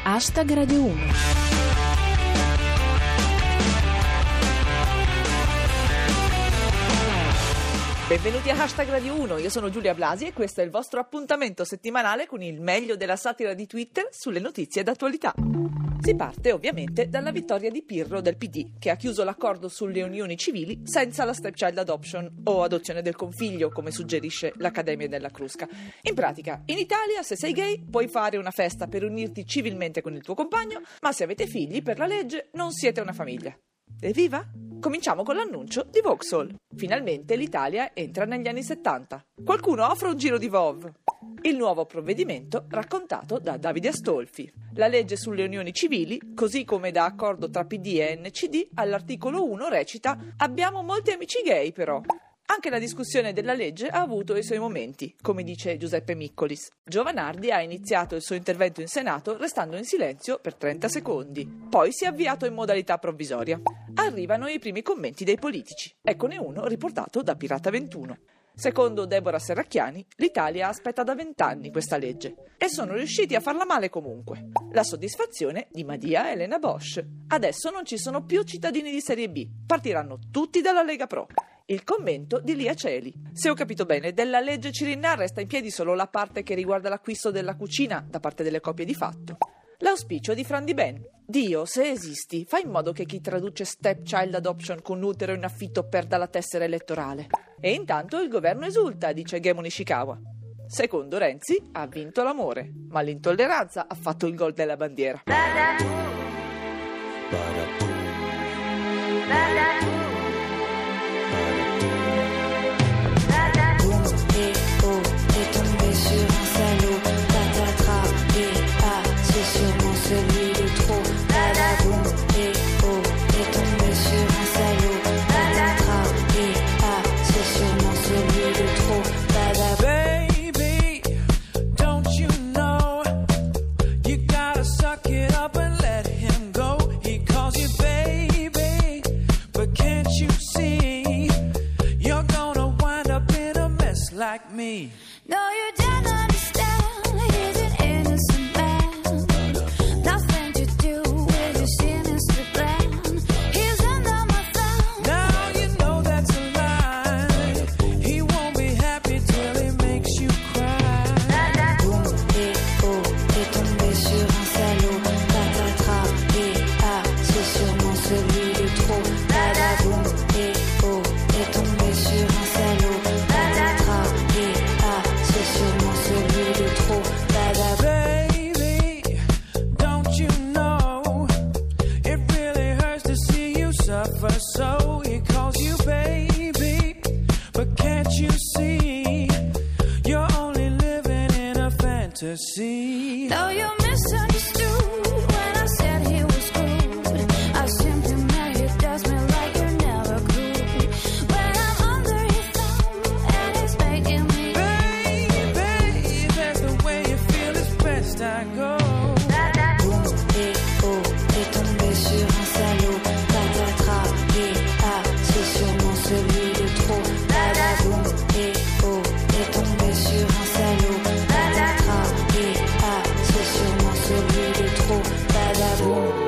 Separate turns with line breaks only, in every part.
Radio 1.
Benvenuti a Radio 1, io sono Giulia Blasi e questo è il vostro appuntamento settimanale con il meglio della satira di Twitter sulle notizie d'attualità. Si parte ovviamente dalla vittoria di Pirro del PD, che ha chiuso l'accordo sulle unioni civili senza la stepchild adoption o adozione del configlio, come suggerisce l'Accademia della Crusca. In pratica, in Italia, se sei gay, puoi fare una festa per unirti civilmente con il tuo compagno, ma se avete figli, per la legge, non siete una famiglia. Evviva! Cominciamo con l'annuncio di Vauxhall. Finalmente l'Italia entra negli anni 70. Qualcuno offre un giro di VOV. Il nuovo provvedimento raccontato da Davide Astolfi. La legge sulle unioni civili, così come da accordo tra PD e NCD, all'articolo 1 recita: abbiamo molti amici gay però. Anche la discussione della legge ha avuto i suoi momenti, come dice Giuseppe Miccolis. Giovanardi ha iniziato il suo intervento in Senato restando in silenzio per 30 secondi. Poi si è avviato in modalità provvisoria. Arrivano i primi commenti dei politici. Eccone uno riportato da Pirata 21. Secondo Deborah Serracchiani, l'Italia aspetta da 20 anni questa legge e sono riusciti a farla male comunque. La soddisfazione di Madia Elena Bosch. Adesso non ci sono più cittadini di serie B, partiranno tutti dalla Lega Pro. Il commento di Lia Celi. Se ho capito bene, della legge Cirinna resta in piedi solo la parte che riguarda l'acquisto della cucina da parte delle coppie di fatto. L'auspicio di Fran Di Ben. Dio, se esisti, fai in modo che chi traduce stepchild adoption con utero in affitto perda la tessera elettorale. E intanto il governo esulta, dice Gemmo Nishikawa. Secondo Renzi ha vinto l'amore, ma l'intolleranza ha fatto il gol della bandiera.
Celui de trop, badaboum, et oh, est tombé sur un salaud, patatras, et ah, c'est sûrement celui de trop, badaboum.
Baby, don't you know, you gotta suck it up and let him go. He calls you baby, but can't you see, you're gonna wind up in a mess like me.
No, you don't understand, he's an innocent man. Nothing to do with your sinister plan. He's under my thumb.
Now you know that's a lie. He won't be happy till he makes you cry.
Boum, et oh, est tombé sur un salaud, patatras, et ah, c'est sûrement celui de trop. Badaboum, et oh, est tombé sur un salaud, patatras, et ah, c'est sûrement celui de trop. Badaboum.
Baby, don't you know, it really hurts to see you suffer. So he calls you baby, but can't you see, you're only living in a fantasy.
Though you misunderstood when I said he was good, I simply meant he does me like you never could. When I'm under his thumb and he's making me
Baby, that's the way you feel, it's best I go.
boum, et oh, est tombé sur un salaud, patatras, et ah, c'est sûrement celui de trop. Badaboum, et oh, est tombé sur un salaud, patatras, et ah, c'est sûrement celui de trop. Badaboum.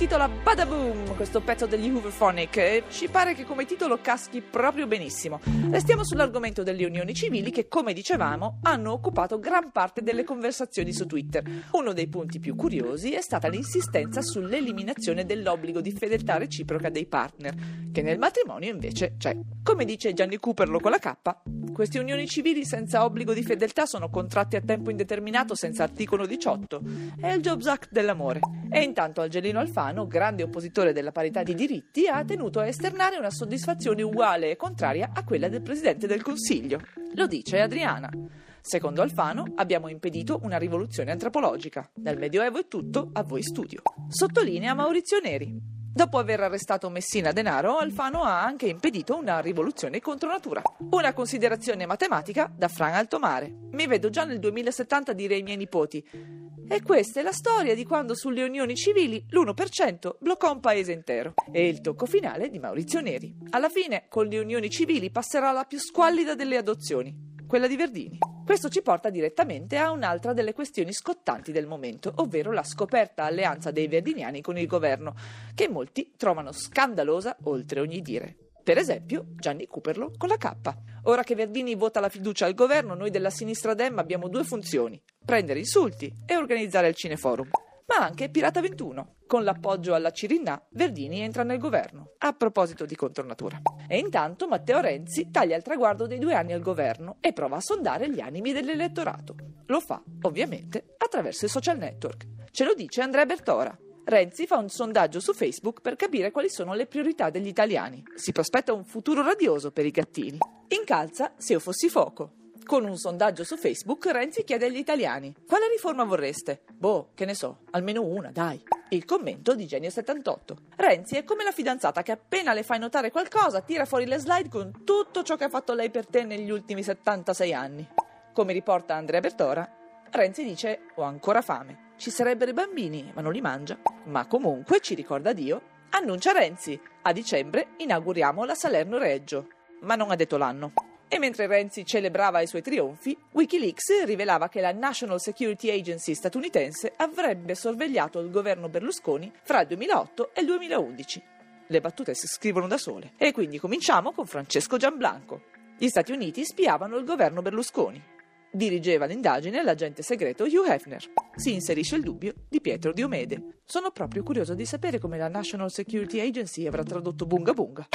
intitola Badaboom, questo pezzo degli Hooverphonic, e ci pare che come titolo caschi proprio benissimo. Restiamo sull'argomento delle unioni civili che, come dicevamo, hanno occupato gran parte delle conversazioni su Twitter. Uno dei punti più curiosi è stata l'insistenza sull'eliminazione dell'obbligo di fedeltà reciproca dei partner, che nel matrimonio invece c'è. Come dice Gianni Cooperlo con la K, queste unioni civili senza obbligo di fedeltà sono contratti a tempo indeterminato senza articolo 18. È il Jobs Act dell'amore. E intanto Angelino Alfano, grande oppositore della parità di diritti, ha tenuto a esternare una soddisfazione uguale e contraria a quella del Presidente del Consiglio. Lo dice Adriana. Secondo Alfano, abbiamo impedito una rivoluzione antropologica. Dal Medioevo è tutto, a voi studio. Sottolinea Maurizio Neri. Dopo aver arrestato Messina Denaro, Alfano ha anche impedito una rivoluzione contro natura. Una considerazione matematica da Fran Altomare. Mi vedo già nel 2070 dire ai miei nipoti: e questa è la storia di quando sulle unioni civili l'1% bloccò un paese intero. E il tocco finale di Maurizio Neri. Alla fine, con le unioni civili passerà la più squallida delle adozioni, quella di Verdini. Questo ci porta direttamente a un'altra delle questioni scottanti del momento, ovvero la scoperta alleanza dei verdiniani con il governo, che molti trovano scandalosa oltre ogni dire. Per esempio, Gianni Cooperlo con la K. Ora che Verdini vota la fiducia al governo, noi della sinistra Dem abbiamo due funzioni: prendere insulti e organizzare il Cineforum. Ma anche Pirata 21. Con l'appoggio alla Cirinna, Verdini entra nel governo. A proposito di contronatura. E intanto Matteo Renzi taglia il traguardo dei 2 anni al governo e prova a sondare gli animi dell'elettorato. Lo fa, ovviamente, attraverso i social network. Ce lo dice Andrea Bertora. Renzi fa un sondaggio su Facebook per capire quali sono le priorità degli italiani. Si prospetta un futuro radioso per i gattini. Incalza Se io fossi fuoco. Con un sondaggio su Facebook, Renzi chiede agli italiani: quale riforma vorreste? Boh, che ne so, almeno una, dai. Il commento di Genio78. Renzi è come la fidanzata che appena le fai notare qualcosa tira fuori le slide con tutto ciò che ha fatto lei per te negli ultimi 76 anni. Come riporta Andrea Bertora, Renzi dice: ho ancora fame. Ci sarebbero i bambini, ma non li mangia. Ma comunque, ci ricorda Dio, annuncia Renzi: a dicembre inauguriamo la Salerno-Reggio. Ma non ha detto l'anno. E mentre Renzi celebrava i suoi trionfi, Wikileaks rivelava che la National Security Agency statunitense avrebbe sorvegliato il governo Berlusconi fra il 2008 e il 2011. Le battute si scrivono da sole. E quindi cominciamo con Francesco Gianblanco. Gli Stati Uniti spiavano il governo Berlusconi. Dirigeva l'indagine l'agente segreto Hugh Hefner. Si inserisce il dubbio di Pietro Diomede. Sono proprio curioso di sapere come la National Security Agency avrà tradotto bunga bunga.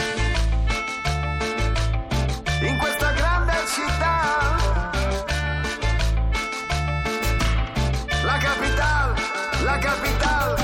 In questa grande città, la capital,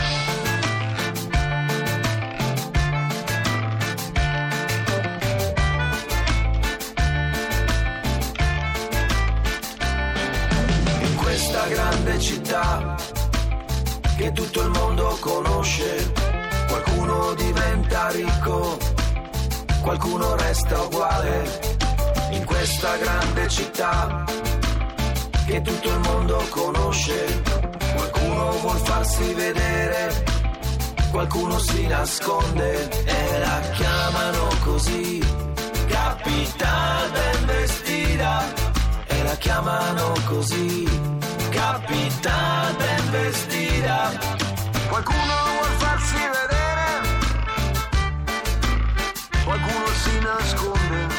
in questa grande città che tutto il mondo conosce, qualcuno diventa ricco, qualcuno resta uguale. In questa grande città che tutto il mondo conosce, qualcuno vuol farsi vedere, qualcuno si nasconde e la chiamano così, Capital ben vestita, e la chiamano così, Capital ben vestita. Qualcuno vuol farsi vedere, qualcuno si nasconde.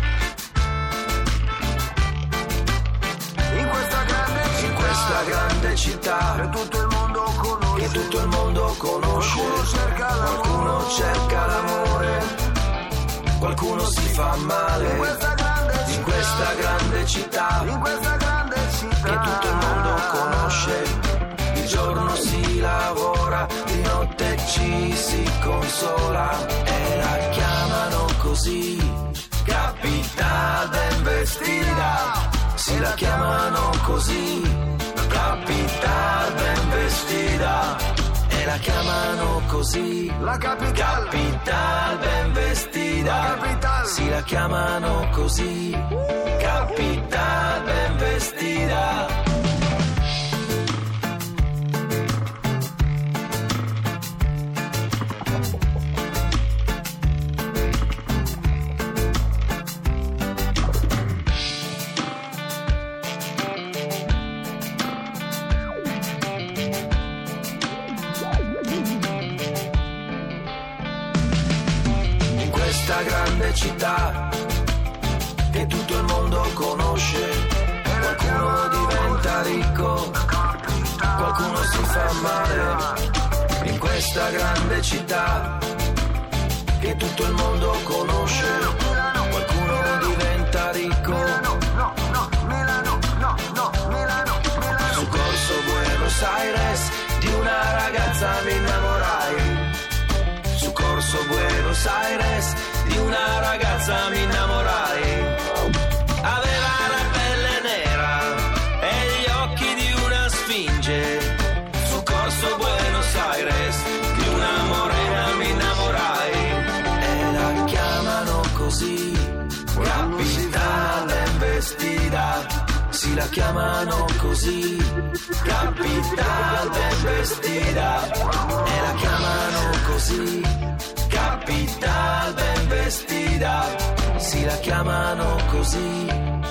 In questa grande città che tutto il mondo conosce, qualcuno cerca l'amore, qualcuno si fa male. In questa grande città che tutto il mondo conosce, di giorno si lavora, di notte ci si consola e la chiamano così, Capital ben vestita. Si la chiamano così, Capital ben vestita, e la chiamano così, la Capital ben vestita, si la chiamano così, Capital ben vestita. grande città che tutto il mondo conosce. Qualcuno diventa ricco, qualcuno si fa male in questa grande città che tutto il mondo conosce. Qualcuno diventa ricco. Su Corso Buenos Aires di una ragazza mi innamorai. Su Corso Buenos Aires di una ragazza mi innamorai. Aveva la pelle nera e gli occhi di una sfinge. Su Corso Buenos Aires di una morena mi innamorai. E la chiamano così, capitana ben vestita. Sì, la chiamano così, capitana ben vestita. E la chiamano così, capitana ben vestita. Sì, la chiamano così,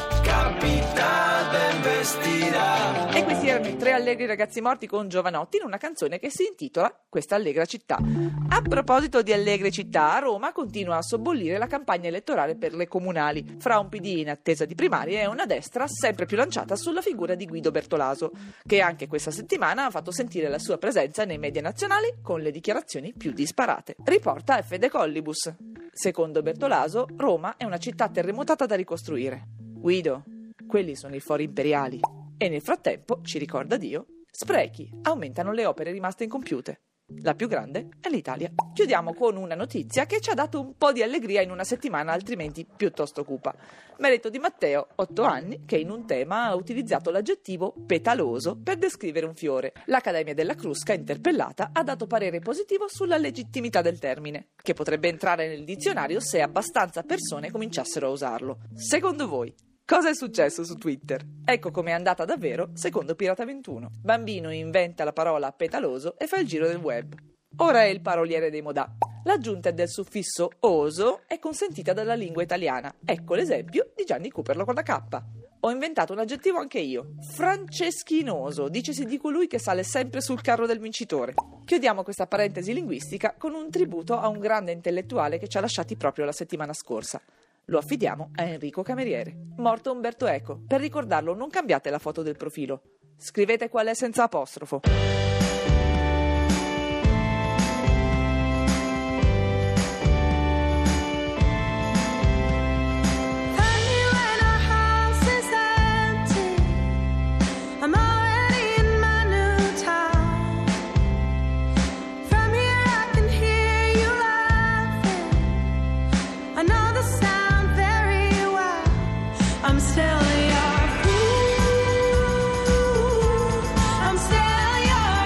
capitana ben vestita.
E questi erano i Tre allegri ragazzi morti con Giovanotti in una canzone che si intitola Questa allegra città. A proposito di allegre città, a Roma continua a sobbollire la campagna elettorale per le comunali, fra un PD in attesa di primarie e una destra sempre più lanciata sulla figura di Guido Bertolaso, che anche questa settimana ha fatto sentire la sua presenza nei media nazionali con le dichiarazioni più disparate. Riporta Fede Collibus. Secondo Bertolaso, Roma è una città terremotata da ricostruire. Guido, quelli sono i fori imperiali. E nel frattempo, ci ricorda Dio, sprechi, aumentano le opere rimaste incompiute. La più grande è l'Italia. Chiudiamo con una notizia che ci ha dato un po' di allegria in una settimana altrimenti piuttosto cupa. Merito di Matteo, 8 anni, che in un tema ha utilizzato l'aggettivo petaloso per descrivere un fiore. L'Accademia della Crusca, interpellata, ha dato parere positivo sulla legittimità del termine, che potrebbe entrare nel dizionario se abbastanza persone cominciassero a usarlo. Secondo voi, cosa è successo su Twitter? Ecco com'è andata davvero secondo Pirata21. Bambino inventa la parola petaloso e fa il giro del web. Ora è il paroliere dei Modà. L'aggiunta del suffisso oso è consentita dalla lingua italiana. Ecco l'esempio di Gianni Cooperlo con la K. Ho inventato un aggettivo anche io. Franceschinoso, dicesi di colui che sale sempre sul carro del vincitore. Chiudiamo questa parentesi linguistica con un tributo a un grande intellettuale che ci ha lasciati proprio la settimana scorsa. Lo affidiamo a Enrico Cameriere. Morto Umberto Eco. Per ricordarlo non cambiate la foto del profilo. Scrivete qual è senza apostrofo.
I'm still your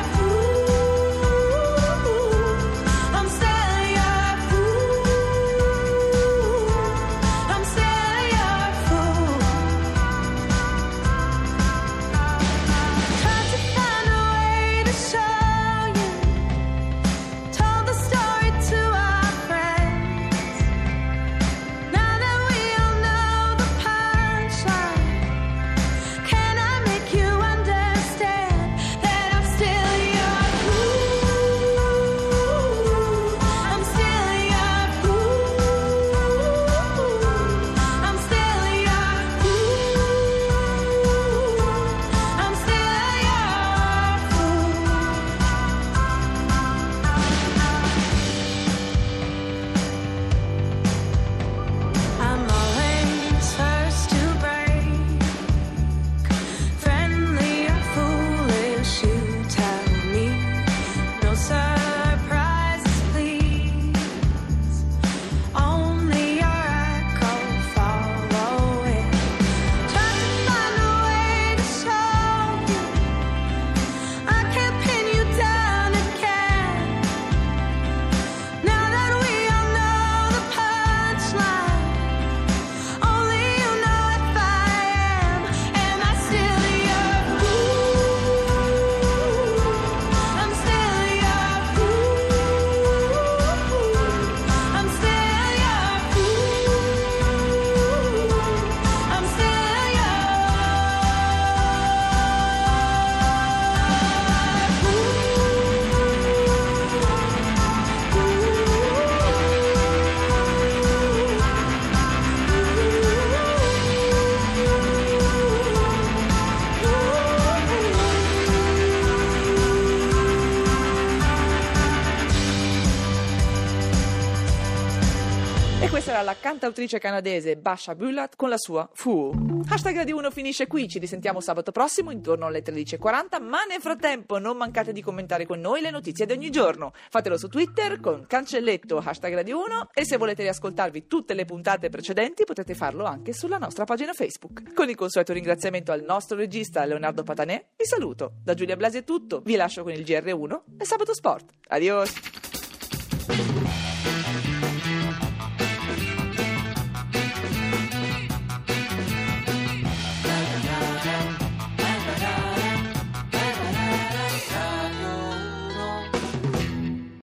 cantautrice canadese Basha Bulat con la sua Fu. Hashtag Radio 1 finisce qui, ci risentiamo sabato prossimo intorno alle 13:40, ma nel frattempo non mancate di commentare con noi le notizie di ogni giorno. Fatelo su Twitter con cancelletto hashtag Radio 1 e se volete riascoltarvi tutte le puntate precedenti potete farlo anche sulla nostra pagina Facebook. Con il consueto ringraziamento al nostro regista Leonardo Patanè, vi saluto. Da Giulia Blasi è tutto, vi lascio con il GR1 e Sabato Sport. Adios!